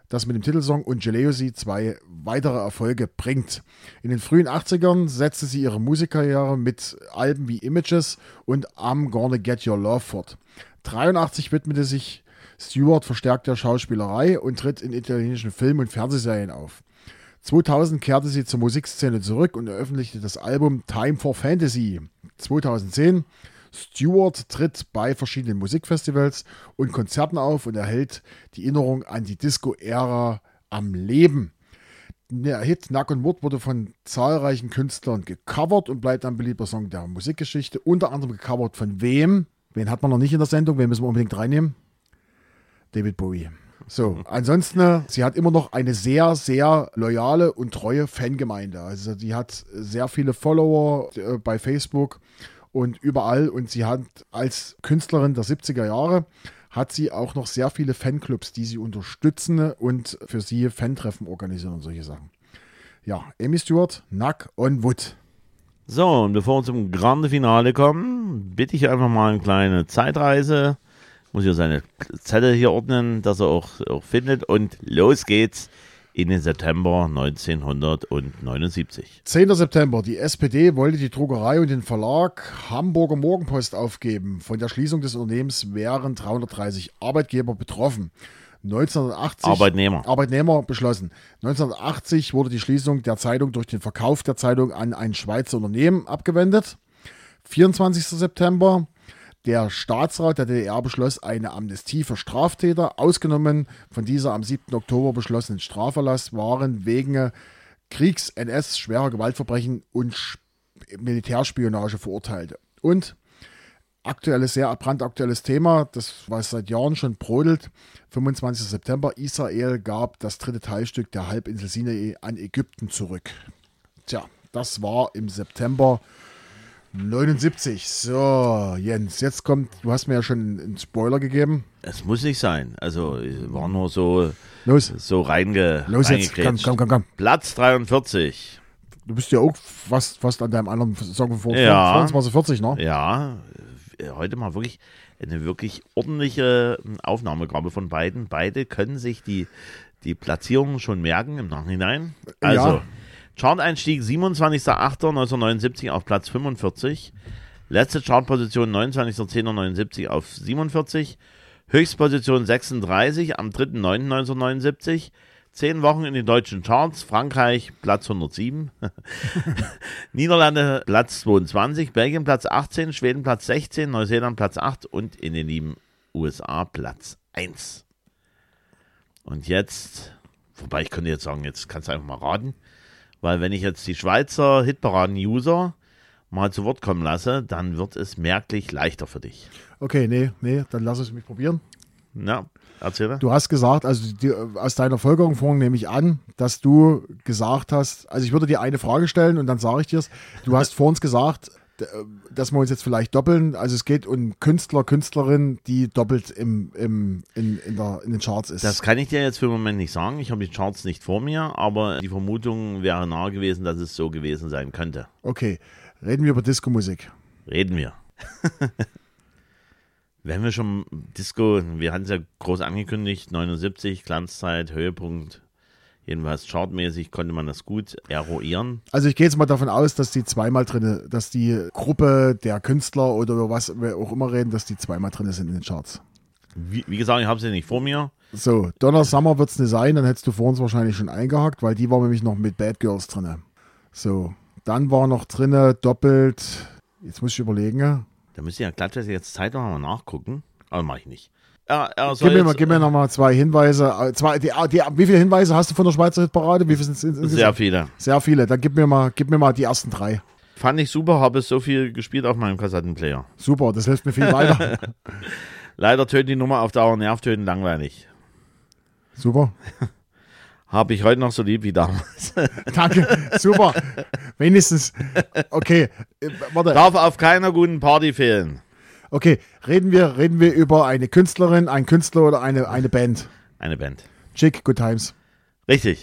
und Jealousy 2 weitere Erfolge bringt. In den frühen 80ern setzte sie ihre Musikkarriere mit Alben wie Images und I'm Gonna Get Your Love fort. 1983 widmete sich Stewart verstärkt der Schauspielerei und tritt in italienischen Film- und Fernsehserien auf. 2000 kehrte sie zur Musikszene zurück und veröffentlichte das Album Time for Fantasy. 2010 Stewart tritt bei verschiedenen Musikfestivals und Konzerten auf und erhält die Erinnerung an die Disco-Ära am Leben. Der Hit Knock on Wood wurde von zahlreichen Künstlern gecovert und bleibt ein beliebter Song der Musikgeschichte. Unter anderem gecovert von wem? Wen hat man noch nicht in der Sendung? Wen müssen wir unbedingt reinnehmen? David Bowie. So, ansonsten, sie hat immer noch eine sehr, sehr loyale und treue Fangemeinde. Also die hat sehr viele Follower bei Facebook und überall, und sie hat als Künstlerin der 70er Jahre, hat sie auch noch sehr viele Fanclubs, die sie unterstützen und für sie Fantreffen organisieren und solche Sachen. Ja, Amy Stewart, Knock on Wood. So, und bevor wir zum Grande Finale kommen, bitte ich einfach mal eine kleine Zeitreise. Muss ja seine Zettel hier ordnen, dass er auch findet. Und los geht's in den September 1979. 10. September. Die SPD wollte die Druckerei und den Verlag Hamburger Morgenpost aufgeben. Von der Schließung des Unternehmens wären 330 Arbeitgeber betroffen. 1980 Arbeitnehmer beschlossen. 1980 wurde die Schließung der Zeitung durch den Verkauf der Zeitung an ein Schweizer Unternehmen abgewendet. 24. September. Der Staatsrat der DDR beschloss eine Amnestie für Straftäter. Ausgenommen von dieser am 7. Oktober beschlossenen Straferlass waren wegen Kriegs-, NS-, schwerer Gewaltverbrechen und Militärspionage Verurteilte. Und sehr brandaktuelles Thema, das was seit Jahren schon brodelt, 25. September, Israel gab das 3. Teilstück der Halbinsel Sinai an Ägypten zurück. Tja, das war im September 79. So, Jens, jetzt kommt, du hast mir ja schon einen Spoiler gegeben. Es muss nicht sein. Also, war nur so, Los. so Los jetzt, komm. Platz 43. Du bist ja auch fast an deinem anderen Song vor Ja. 40, ne? Ja, heute mal wirklich eine wirklich ordentliche Aufnahmegabe von beiden. Beide können sich die Platzierungen schon merken im Nachhinein. Also, Ja. Chart-Einstieg 27.08.1979 auf Platz 45. Letzte Chartposition 29.10.79 auf 47. Höchstposition 36 am 3.9.1979. 10 Wochen in den deutschen Charts. Frankreich Platz 107. Niederlande Platz 22. Belgien Platz 18. Schweden Platz 16. Neuseeland Platz 8. Und in den lieben USA Platz 1. Und jetzt, wobei ich könnte jetzt sagen, jetzt kannst du einfach mal raten. Weil wenn ich jetzt die Schweizer Hitparaden-User mal zu Wort kommen lasse, dann wird es merklich leichter für dich. Okay, nee, dann lass es mich probieren. Ja, erzähl. Du hast gesagt, also aus deiner Folgerung vorhin nehme ich an, dass du gesagt hast, also ich würde dir eine Frage stellen und dann sage ich dir es. Du hast vor uns gesagt, dass wir uns jetzt vielleicht doppeln. Also es geht um Künstler, Künstlerin, die doppelt in den Charts ist. Das kann ich dir jetzt für den Moment nicht sagen. Ich habe die Charts nicht vor mir, aber die Vermutung wäre nahe gewesen, dass es so gewesen sein könnte. Okay, reden wir über Disco-Musik. Reden wir. Wenn wir schon Disco, wir hatten es ja groß angekündigt, 79, Glanzzeit, Höhepunkt, jedenfalls chartmäßig konnte man das gut eruieren. Also ich gehe jetzt mal davon aus, dass die zweimal drin, dass die Gruppe der Künstler oder über was wir auch immer reden, dass die zweimal drin sind in den Charts. Wie gesagt, ich habe sie nicht vor mir. So, Donna Summer wird es nicht sein, dann hättest du vor uns wahrscheinlich schon eingehakt, weil die war nämlich noch mit Bad Girls drin. So, dann war noch drin doppelt, jetzt muss ich überlegen. Da müsst ihr ja glatt jetzt Zeit noch mal nachgucken, aber mache ich nicht. Gib mir noch mal 2 Hinweise. Wie viele Hinweise hast du von der Schweizer Hitparade? Wie viele sind es? Sehr viele. Sehr viele. Dann gib mir mal die ersten 3. Fand ich super, habe es so viel gespielt auf meinem Kassettenplayer. Super, das hilft mir viel weiter. Leider tönt die Nummer auf Dauer nervtötend langweilig. Super. Habe ich heute noch so lieb wie damals. Danke, super. Wenigstens, okay, warte. Darf auf keiner guten Party fehlen. Okay, reden wir über eine Künstlerin, einen Künstler oder eine Band? Eine Band. Chick, Good Times. Richtig.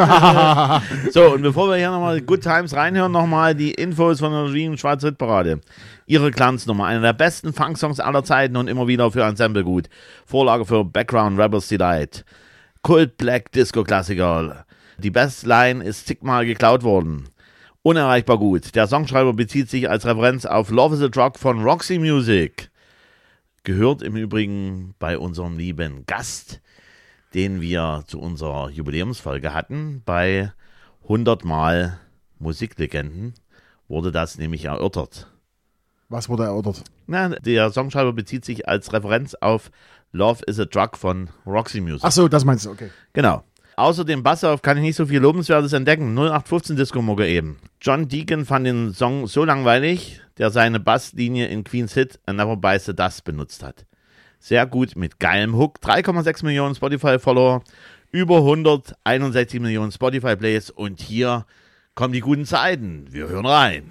So, und bevor wir hier nochmal Good Times reinhören, nochmal die Infos von der Regime Schweizer Hitparade. Ihre Glanznummer, eine der besten Funksongs aller Zeiten und immer wieder für Ensemble gut. Vorlage für Background Rebels Delight. Kult Black Disco Klassiker. Die Bestline ist zigmal geklaut worden. Unerreichbar gut. Der Songschreiber bezieht sich als Referenz auf Love is a Drug von Roxy Music. Gehört im Übrigen bei unserem lieben Gast, den wir zu unserer Jubiläumsfolge hatten. Bei 100 Mal Musiklegenden wurde das nämlich erörtert. Was wurde erörtert? Na, der Songschreiber bezieht sich als Referenz auf Love is a Drug von Roxy Music. Ach so, das meinst du, okay. Genau. Außer dem Bassauf kann ich nicht so viel Lobenswertes entdecken. 0815 Disco-Mucke eben. John Deacon fand den Song so langweilig, der seine Basslinie in Queen's Hit A Never Buys the Dust benutzt hat. Sehr gut mit geilem Hook. 3,6 Millionen Spotify-Follower, über 161 Millionen Spotify-Plays und hier kommen die guten Zeiten. Wir hören rein.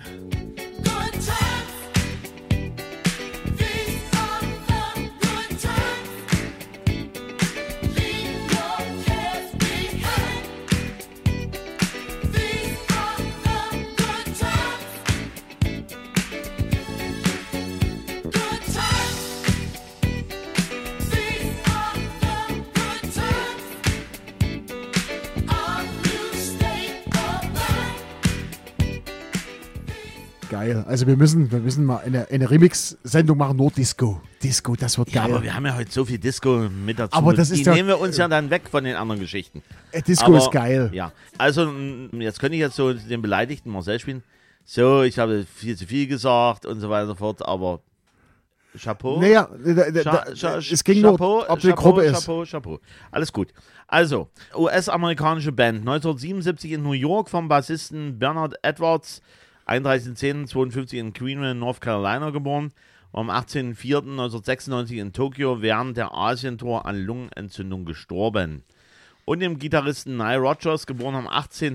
Geil. Also wir müssen mal eine Remix-Sendung machen, nur Disco. Disco, das wird geil. Ja, aber wir haben ja heute so viel Disco mit dazu. Aber das ist die nehmen wir uns ja dann weg von den anderen Geschichten. Disco ist geil. Ja, also jetzt könnte ich jetzt so den beleidigten Marcel spielen. So, ich habe viel zu viel gesagt und so weiter und so fort, aber Chapeau. Naja, es ging nur, ob die Gruppe ist. Chapeau. Alles gut. Also, US-amerikanische Band, 1977 in New York vom Bassisten Bernard Edwards, 31.10.52 in Greenville, North Carolina geboren, am 18.04.1996 in Tokio während der Asientour an Lungenentzündung gestorben. Und dem Gitarristen Nile Rodgers, geboren am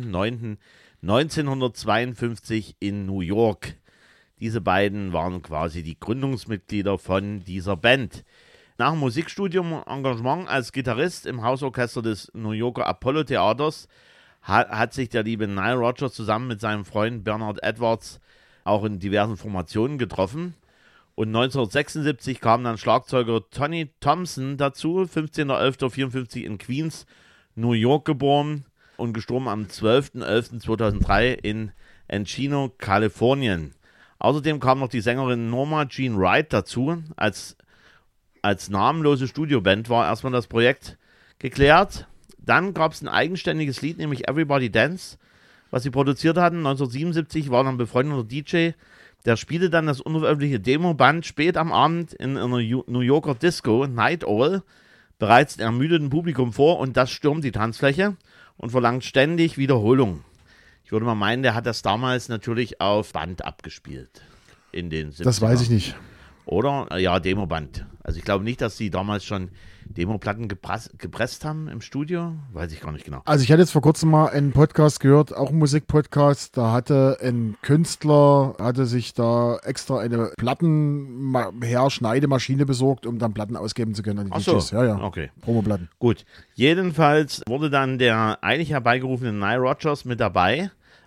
18.09.1952 in New York. Diese beiden waren quasi die Gründungsmitglieder von dieser Band. Nach dem Musikstudium und Engagement als Gitarrist im Hausorchester des New Yorker Apollo Theaters hat sich der liebe Nile Rodgers zusammen mit seinem Freund Bernard Edwards auch in diversen Formationen getroffen. Und 1976 kam dann Schlagzeuger Tony Thompson dazu, 15.11.54 in Queens, New York geboren und gestorben am 12.11.2003 in Encino, Kalifornien. Außerdem kam noch die Sängerin Norma Jean Wright dazu. Als namenlose Studioband war erstmal das Projekt geklärt. Dann gab es ein eigenständiges Lied, nämlich Everybody Dance, was sie produziert hatten. 1977 war dann ein befreundeter DJ, der spielte dann das unveröffentlichte Demoband spät am Abend in einer New Yorker Disco, Night Owl, bereits dem ermüdeten Publikum vor und das stürmt die Tanzfläche und verlangt ständig Wiederholung. Ich würde mal meinen, der hat das damals natürlich auf Band abgespielt. In den 70ern. Das weiß ich nicht. Oder? Ja, Demoband. Also ich glaube nicht, dass die damals schon Demoplatten gepresst haben im Studio. Weiß ich gar nicht genau. Also ich hatte jetzt vor kurzem mal einen Podcast gehört, auch einen Musikpodcast. Da hatte ein Künstler, sich da extra eine Plattenschneidemaschine besorgt, um dann Platten ausgeben zu können an die DJs. So. Ja. Okay. Promoplatten. Gut. Jedenfalls wurde dann der eilig herbeigerufene Nile Rodgers mit dabei.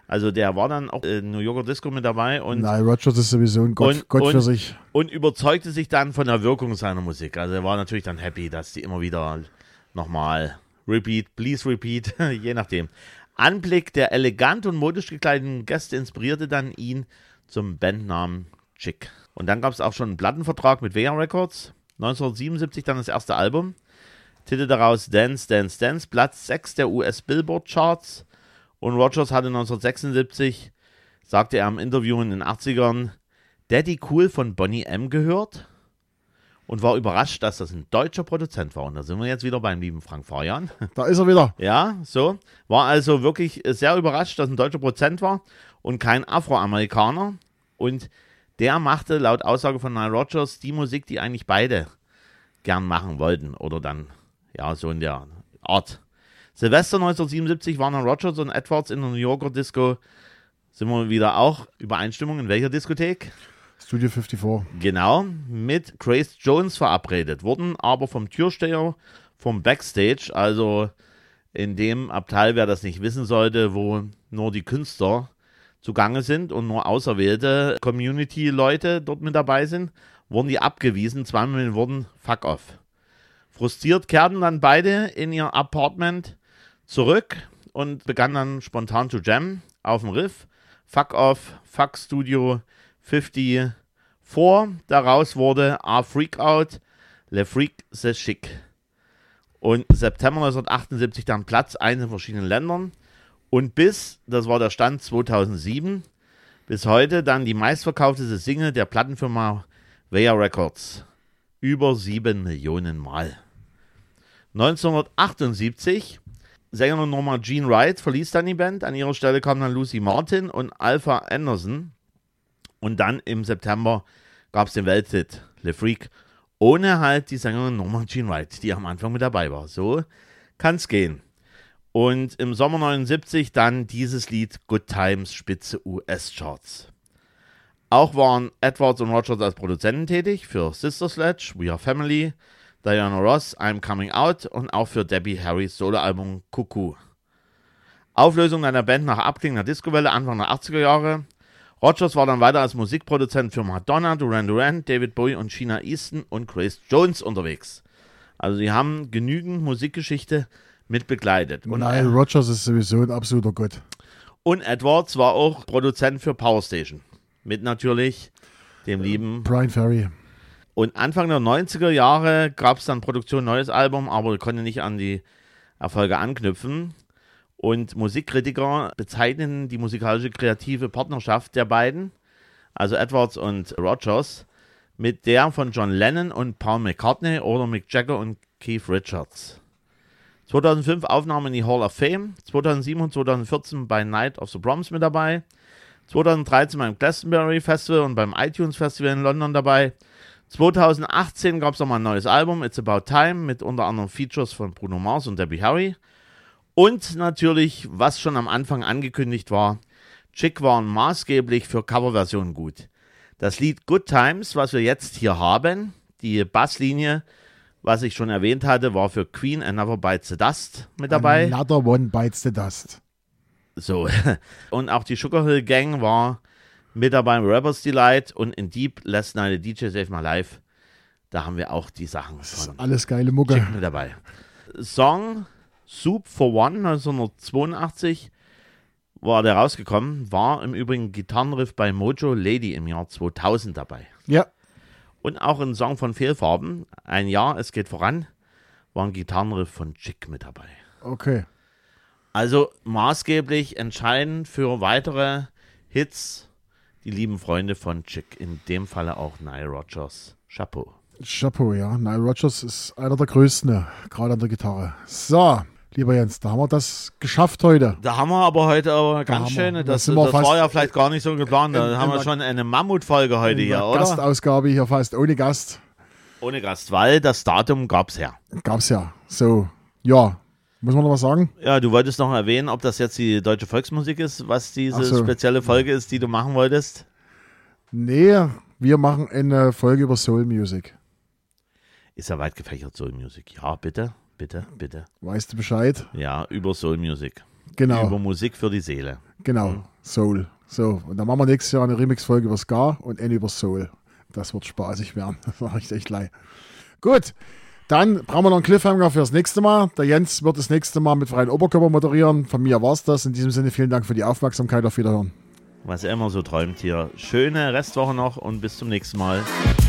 Also der war dann auch in New Yorker Disco mit dabei und Nile Rodgers ist sowieso ein Gott für sich. Und überzeugte sich dann von der Wirkung seiner Musik. Also er war natürlich dann happy, dass die immer wieder nochmal repeat, please repeat, je nachdem. Anblick der elegant und modisch gekleideten Gäste inspirierte dann ihn zum Bandnamen Chick. Und dann gab es auch schon einen Plattenvertrag mit Vega Records. 1977 dann das erste Album. Titel daraus Dance, Dance, Dance, Platz 6 der US Billboard Charts. Und Rodgers hatte 1976, sagte er im Interview in den 80ern, Daddy Cool von Boney M. gehört und war überrascht, dass das ein deutscher Produzent war. Und da sind wir jetzt wieder beim lieben Frank Farian. Da ist er wieder. Ja, so. War also wirklich sehr überrascht, dass ein deutscher Produzent war und kein Afroamerikaner. Und der machte laut Aussage von Nile Rodgers die Musik, die eigentlich beide gern machen wollten. Oder dann, ja, so in der Art. Silvester 1977 waren dann Rodgers und Edwards in der New Yorker Disco. Sind wir wieder auch Übereinstimmung in welcher Diskothek? Studio 54. Genau, mit Grace Jones verabredet. Wurden aber vom Türsteher vom Backstage, also in dem Abteil, wer das nicht wissen sollte, wo nur die Künstler zugange sind und nur auserwählte Community-Leute dort mit dabei sind, wurden die abgewiesen. Zweimal mit den Worten Fuck off. Frustriert kehrten dann beide in ihr Apartment zurück und begannen dann spontan zu jammen auf dem Riff. Fuck Off, Fuck Studio 54. Daraus wurde A Freak Out, Le Freak the Chic. Und September 1978 dann Platz 1 in verschiedenen Ländern. Und bis, das war der Stand 2007, bis heute dann die meistverkaufteste Single der Plattenfirma Vega Records. Über 7 Millionen Mal. 1978 Sängerin Norma Jean Wright verließ dann die Band. An ihrer Stelle kamen dann Lucy Martin und Alpha Anderson. Und dann im September gab es den Welthit Le Freak. Ohne halt die Sängerin Norma Jean Wright, die am Anfang mit dabei war. So kann es gehen. Und im Sommer 79 dann dieses Lied Good Times, Spitze US-Charts. Auch waren Edwards und Rodgers als Produzenten tätig für Sister Sledge, We Are Family, Diana Ross, I'm Coming Out und auch für Debbie Harrys Soloalbum Cuckoo. Auflösung einer Band nach Abklingen der Discowelle Anfang der 80er Jahre. Rodgers war dann weiter als Musikproduzent für Madonna, Duran Duran, David Bowie und Sheena Easton und Grace Jones unterwegs. Also sie haben genügend Musikgeschichte mit begleitet. Und Nile Rodgers ist sowieso ein absoluter Gott. Und Edwards war auch Produzent für Power Station. Mit natürlich dem lieben Brian Ferry. Und Anfang der 90er Jahre gab es dann Produktion neues Album, aber konnte nicht an die Erfolge anknüpfen. Und Musikkritiker bezeichnen die musikalische kreative Partnerschaft der beiden, also Edwards und Rodgers, mit der von John Lennon und Paul McCartney oder Mick Jagger und Keith Richards. 2005 Aufnahmen in die Hall of Fame, 2007 und 2014 bei Night of the Proms mit dabei, 2013 beim Glastonbury Festival und beim iTunes Festival in London dabei. 2018 gab es nochmal ein neues Album, It's About Time, mit unter anderem Features von Bruno Mars und Debbie Harry. Und natürlich, was schon am Anfang angekündigt war, Chick waren maßgeblich für Coverversionen gut. Das Lied Good Times, was wir jetzt hier haben, die Basslinie, was ich schon erwähnt hatte, war für Queen Another Bites the Dust mit dabei. Another One Bites the Dust. So, und auch die Sugar Hill Gang war mit dabei im Rapper's Delight und in Deep Last Night DJ Save My Life. Da haben wir auch die Sachen Das ist von alles geile Mucke. Chick mit dabei. Song Soup for One 1982 war der rausgekommen, war im Übrigen Gitarrenriff bei Mojo Lady im Jahr 2000 dabei. Ja, Und auch ein Song von Fehlfarben, Ein Jahr, es geht voran, war ein Gitarrenriff von Chick mit dabei. okay. Also maßgeblich entscheidend für weitere Hits, die lieben Freunde von Chick, in dem Falle auch Nile Rodgers. Chapeau. Chapeau, ja. Nile Rodgers ist einer der größten, gerade an der Gitarre. So, lieber Jens, da haben wir das geschafft heute. Da haben wir aber heute ganz haben wir- schön, da das sind wir fast war ja vielleicht gar nicht so geplant, da haben wir schon eine Mammutfolge heute hier, oder? Gastausgabe hier fast ohne Gast. Ohne Gast, weil das Datum gab's ja. Gab's ja. So, ja. Muss man noch was sagen? Ja, du wolltest noch erwähnen, ob das jetzt die deutsche Volksmusik ist, was diese Ach so. spezielle Folge ist, die du machen wolltest? Nee, wir machen eine Folge über Soul Music. Ist ja weit gefächert, Soul Music. Ja, bitte, bitte, bitte. Weißt du Bescheid? Ja, über Soul Music. Genau. Über Musik für die Seele. Genau, Soul. So, und dann machen wir nächstes Jahr eine Remix-Folge über Ska und eine über Soul. Das wird spaßig werden. Das mache ich echt leid. Gut, dann brauchen wir noch einen Cliffhanger für das nächste Mal. Der Jens wird das nächste Mal mit freien Oberkörper moderieren. Von mir war es das. In diesem Sinne vielen Dank für die Aufmerksamkeit. Auf Wiederhören. Was er immer so träumt hier. Schöne Restwoche noch und bis zum nächsten Mal.